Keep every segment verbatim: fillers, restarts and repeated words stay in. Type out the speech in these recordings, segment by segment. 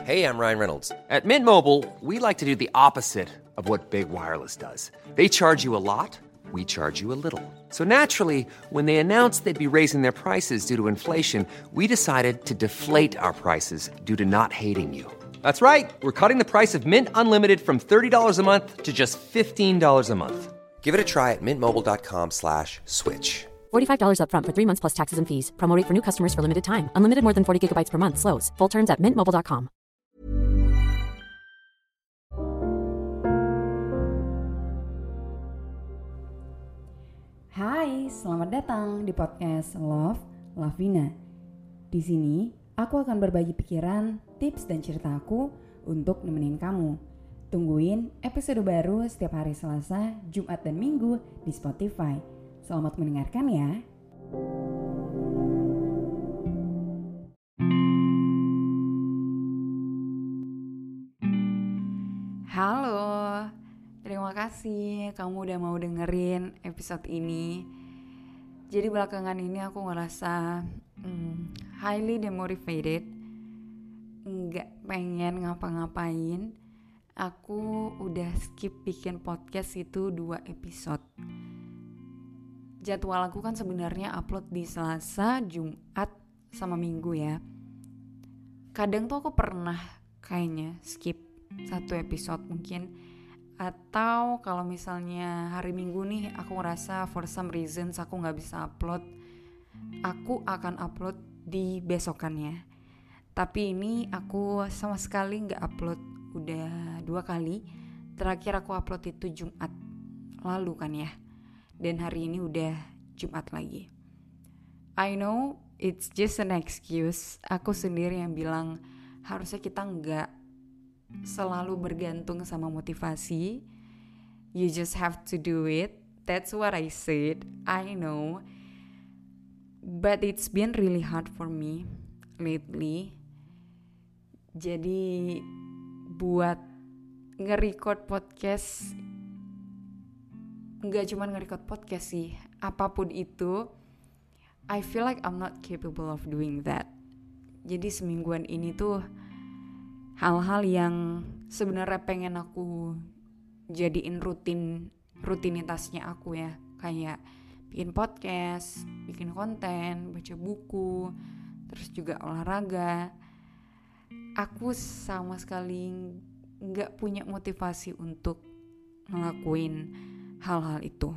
Hey, I'm Ryan Reynolds. At Mint Mobile, we like to do the opposite of what Big Wireless does. They charge you a lot, we charge you a little. So naturally, when they announced they'd be raising their prices due to inflation, we decided to deflate our prices due to not hating you. That's right. We're cutting the price of Mint Unlimited from thirty dollars a month to just fifteen dollars a month. Give it a try at mintmobile.com slash switch. forty-five dollars up front for three months plus taxes and fees. Promo rate for new customers for limited time. Unlimited more than forty gigabytes per month. Slows full terms at mint mobile dot com. Hai, selamat datang di podcast Love Lavina. Di sini aku akan berbagi pikiran, tips dan cerita aku untuk nemenin kamu. Tungguin episode baru setiap hari Selasa, Jumat dan Minggu di Spotify. Selamat mendengarkan ya. Halo, terima kasih kamu udah mau dengerin episode ini. Jadi belakangan ini aku ngerasa hmm, highly demotivated, nggak pengen ngapa-ngapain. Aku udah skip bikin podcast itu dua episode. Jadwal aku kan sebenarnya upload di Selasa, Jumat, sama Minggu ya. Kadang tuh aku pernah kayaknya skip satu episode mungkin. Atau kalau misalnya hari Minggu nih aku ngerasa for some reasons aku gak bisa upload, aku akan upload di besokannya. Tapi ini aku sama sekali gak upload udah dua kali. Terakhir aku upload itu Jumat lalu kan ya. Dan hari ini udah Jumat lagi. I know it's just an excuse. Aku sendiri yang bilang harusnya kita gak selalu bergantung sama motivasi. You just have to do it. That's what I said. I know. But it's been really hard for me lately. Jadi buat nge-record podcast, nggak cuma nge-record podcast sih, apapun itu, I feel like I'm not capable of doing that. Jadi semingguan ini tuh hal-hal yang sebenarnya pengen aku jadiin rutin rutinitasnya aku ya, kayak bikin podcast, bikin konten, baca buku, terus juga olahraga. Aku sama sekali nggak punya motivasi untuk ngelakuin hal-hal itu.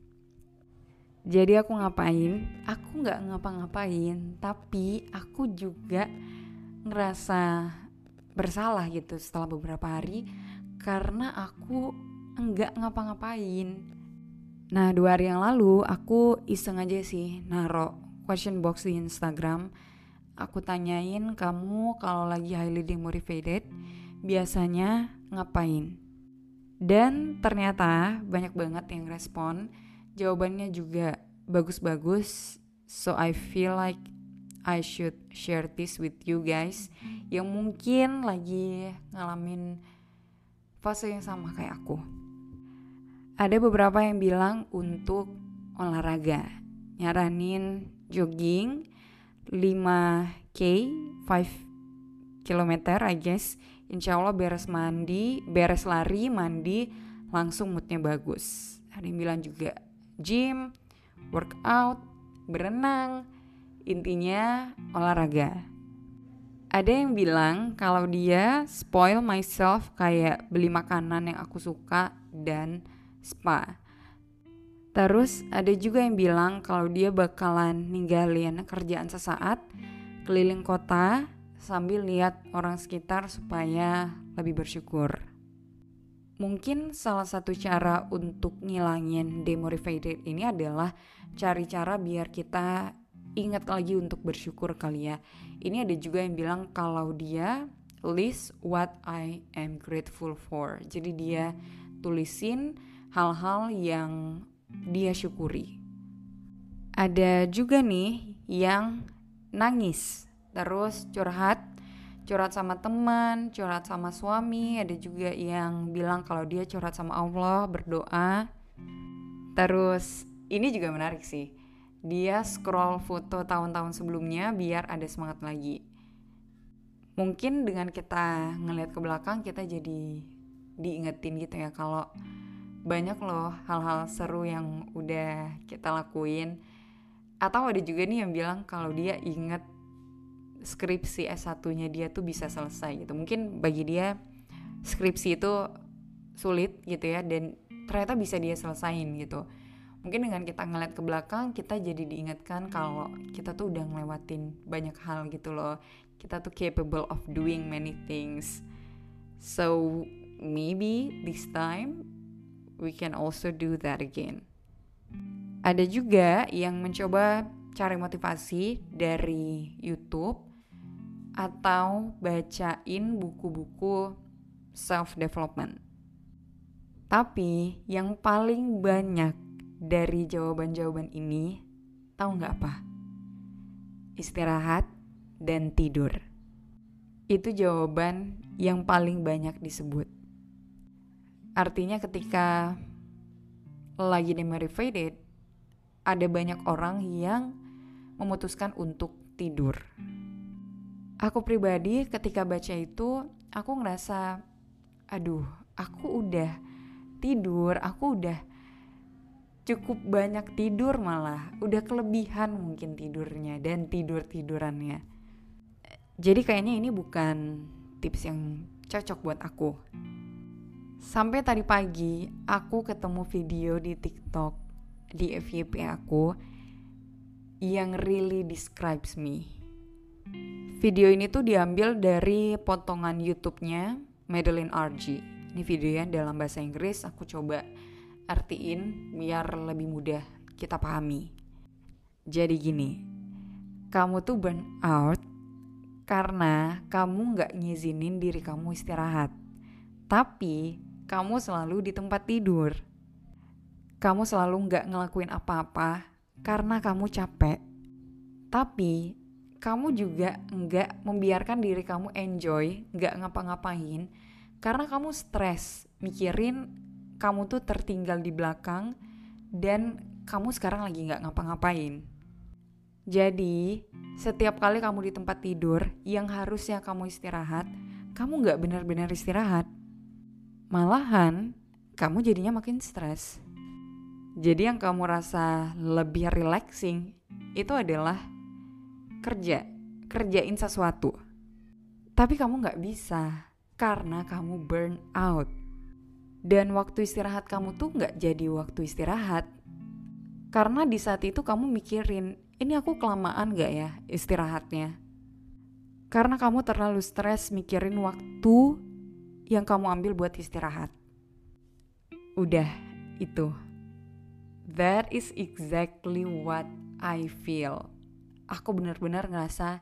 Jadi aku ngapain? Aku nggak ngapa-ngapain, tapi aku juga ngerasa bersalah gitu setelah beberapa hari karena aku enggak ngapa-ngapain. Nah, dua hari yang lalu aku iseng aja sih naro question box di Instagram. Aku tanyain, kamu kalau lagi highly demotivated biasanya ngapain? Dan ternyata banyak banget yang respon. Jawabannya juga bagus-bagus. So I feel like I should share this with you guys yang mungkin lagi ngalamin fase yang sama kayak aku. Ada beberapa yang bilang untuk olahraga, nyaranin jogging lima kilometer, lima kilometer I guess. Insya Allah beres mandi, beres lari, mandi, langsung moodnya bagus. Ada yang bilang juga gym, workout, berenang, intinya olahraga. Ada yang bilang kalau dia spoil myself kayak beli makanan yang aku suka dan spa. Terus ada juga yang bilang kalau dia bakalan ninggalin kerjaan sesaat, keliling kota sambil lihat orang sekitar supaya lebih bersyukur. Mungkin salah satu cara untuk ngilangin demotivated ini adalah cari cara biar kita ingat lagi untuk bersyukur kali ya. Ini ada juga yang bilang kalau dia list what I am grateful for. Jadi dia tulisin hal-hal yang dia syukuri. Ada juga nih yang nangis, terus curhat, curhat sama teman, curhat sama suami. Ada juga yang bilang kalau dia curhat sama Allah, berdoa. Terus ini juga menarik sih. Dia scroll foto tahun-tahun sebelumnya biar ada semangat lagi. mungkin dengan kita ngelihat ke belakang kita jadi diingetin gitu ya kalau banyak loh hal-hal seru yang udah kita lakuin. Atau ada juga nih yang bilang kalau dia inget skripsi S satu-nya dia tuh bisa selesai gitu. Mungkin bagi dia skripsi itu sulit gitu ya, dan ternyata bisa dia selesain gitu. Mungkin dengan kita ngeliat ke belakang, kita jadi diingatkan kalau kita tuh udah ngelewatin banyak hal gitu loh. Kita tuh capable of doing many things. So maybe this time we can also do that again. Ada juga yang mencoba cari motivasi dari YouTube atau bacain buku-buku self-development. Tapi yang paling banyak dari jawaban-jawaban ini, tahu nggak apa? Istirahat dan tidur. Itu jawaban yang paling banyak disebut. Artinya ketika lagi demotivated, ada banyak orang yang memutuskan untuk tidur. Aku pribadi ketika baca itu, aku ngerasa, aduh, aku udah tidur, aku udah cukup banyak tidur malah, udah kelebihan mungkin tidurnya dan tidur-tidurannya. Jadi kayaknya ini bukan tips yang cocok buat aku. Sampai tadi pagi, aku ketemu video di TikTok, di F Y P aku, yang really describes me. Video ini tuh diambil dari potongan YouTube-nya Madeline R G. Ini videonya dalam bahasa Inggris, aku coba artiin biar lebih mudah kita pahami. Jadi gini, kamu tuh burn out karena kamu gak ngizinin diri kamu istirahat. Tapi kamu selalu di tempat tidur. Kamu selalu gak ngelakuin apa-apa karena kamu capek. Tapi kamu juga enggak membiarkan diri kamu enjoy, enggak ngapa-ngapain, karena kamu stres, mikirin kamu tuh tertinggal di belakang dan kamu sekarang lagi enggak ngapa-ngapain. Jadi, setiap kali kamu di tempat tidur yang harusnya kamu istirahat, kamu enggak benar-benar istirahat. Malahan, kamu jadinya makin stres. Jadi yang kamu rasa lebih relaxing itu adalah kerja, kerjain sesuatu. Tapi kamu gak bisa karena kamu burn out. Dan waktu istirahat kamu tuh gak jadi waktu istirahat. Karena di saat itu kamu mikirin, ini aku kelamaan gak ya istirahatnya? Karena kamu terlalu stres mikirin waktu yang kamu ambil buat istirahat. Udah, itu. That is exactly what I feel. Aku benar-benar ngerasa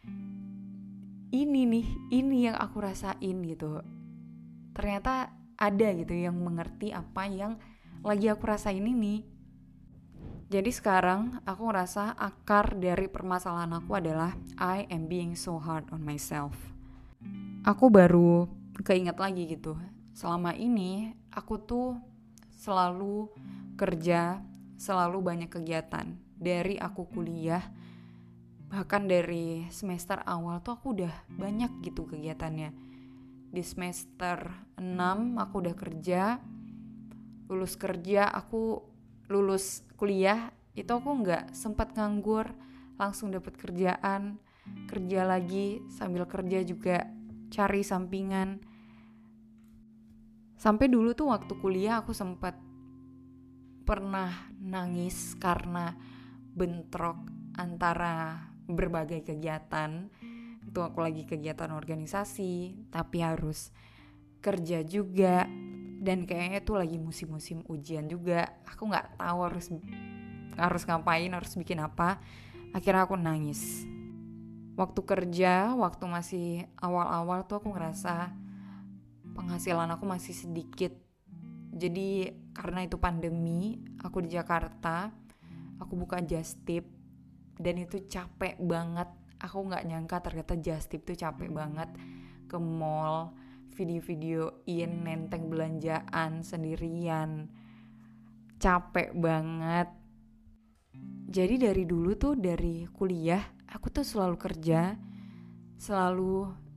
ini nih, ini yang aku rasain gitu. Ternyata ada gitu yang mengerti apa yang lagi aku rasain ini. Jadi sekarang aku ngerasa akar dari permasalahan aku adalah I am being so hard on myself. Aku baru keinget lagi gitu. Selama ini aku tuh selalu kerja, selalu banyak kegiatan. Dari aku kuliah, bahkan dari semester awal tuh aku udah banyak gitu kegiatannya. Di semester enam aku udah kerja, lulus kerja, aku lulus kuliah, itu aku gak sempat nganggur, langsung dapet kerjaan, kerja lagi, sambil kerja juga cari sampingan. Sampai dulu tuh waktu kuliah aku sempat pernah nangis karena bentrok antara berbagai kegiatan. Itu aku lagi kegiatan organisasi tapi harus kerja juga, dan kayaknya tuh lagi musim-musim ujian juga. Aku nggak tahu harus harus ngapain, harus bikin apa. Akhirnya aku nangis. Waktu kerja, waktu masih awal-awal tuh aku ngerasa penghasilan aku masih sedikit. Jadi karena itu pandemi, aku di Jakarta, aku buka Just Tip. Dan itu capek banget. Aku gak nyangka ternyata Just Tip tuh capek banget. Ke mall, video-videoin, nenteng belanjaan sendirian. Capek banget. Jadi dari dulu tuh, dari kuliah, aku tuh selalu kerja, selalu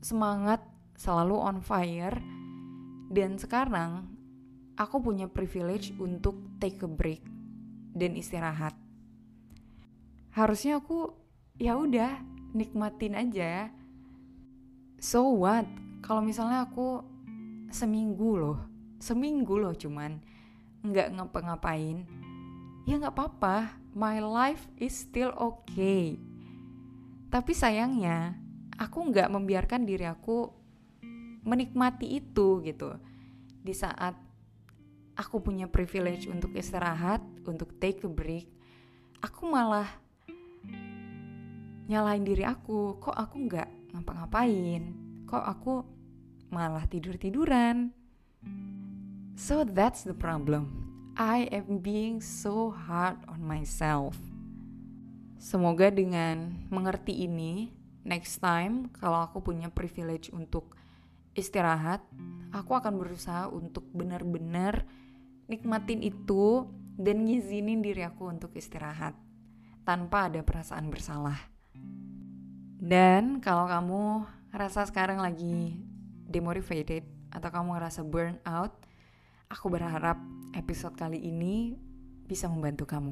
semangat, selalu on fire. Dan sekarang aku punya privilege untuk take a break dan istirahat. Harusnya aku ya udah nikmatin aja. So what? Kalau misalnya aku seminggu loh, seminggu loh cuman nggak ngapa-ngapain, ya nggak apa-apa. My life is still okay. Tapi sayangnya aku nggak membiarkan diri aku menikmati itu gitu. Di saat aku punya privilege untuk istirahat, untuk take a break, aku malah nyalahin diri aku. Kok aku nggak ngapa-ngapain? Kok aku malah tidur-tiduran? So that's the problem. I am being so hard on myself. Semoga dengan mengerti ini, next time kalau aku punya privilege untuk istirahat, aku akan berusaha untuk benar-benar nikmatin itu dan ngizinin diri aku untuk istirahat tanpa ada perasaan bersalah. Dan kalau kamu rasa sekarang lagi demotivated atau kamu ngerasa burn out, aku berharap episode kali ini bisa membantu kamu.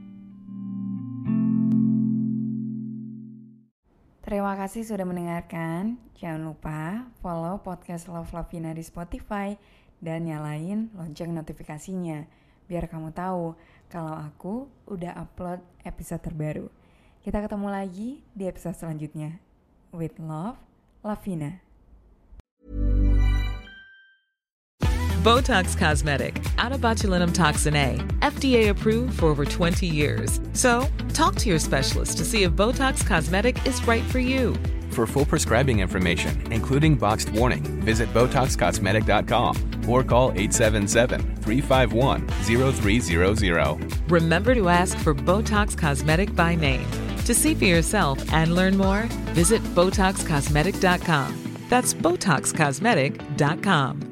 Terima kasih sudah mendengarkan. Jangan lupa follow podcast Love Lavina di Spotify dan nyalain lonceng notifikasinya biar kamu tahu kalau aku udah upload episode terbaru. Kita ketemu lagi di episode selanjutnya. With love, Lavina. Botox Cosmetic, out of botulinum toxin A, F D A approved for over twenty years. So, talk to your specialist to see if Botox Cosmetic is right for you. For full prescribing information, including boxed warning, visit Botox Cosmetic dot com or call eight seven seven, three five one, zero three zero zero. Remember to ask for Botox Cosmetic by name. To see for yourself and learn more, visit Botox Cosmetic dot com. That's Botox Cosmetic dot com.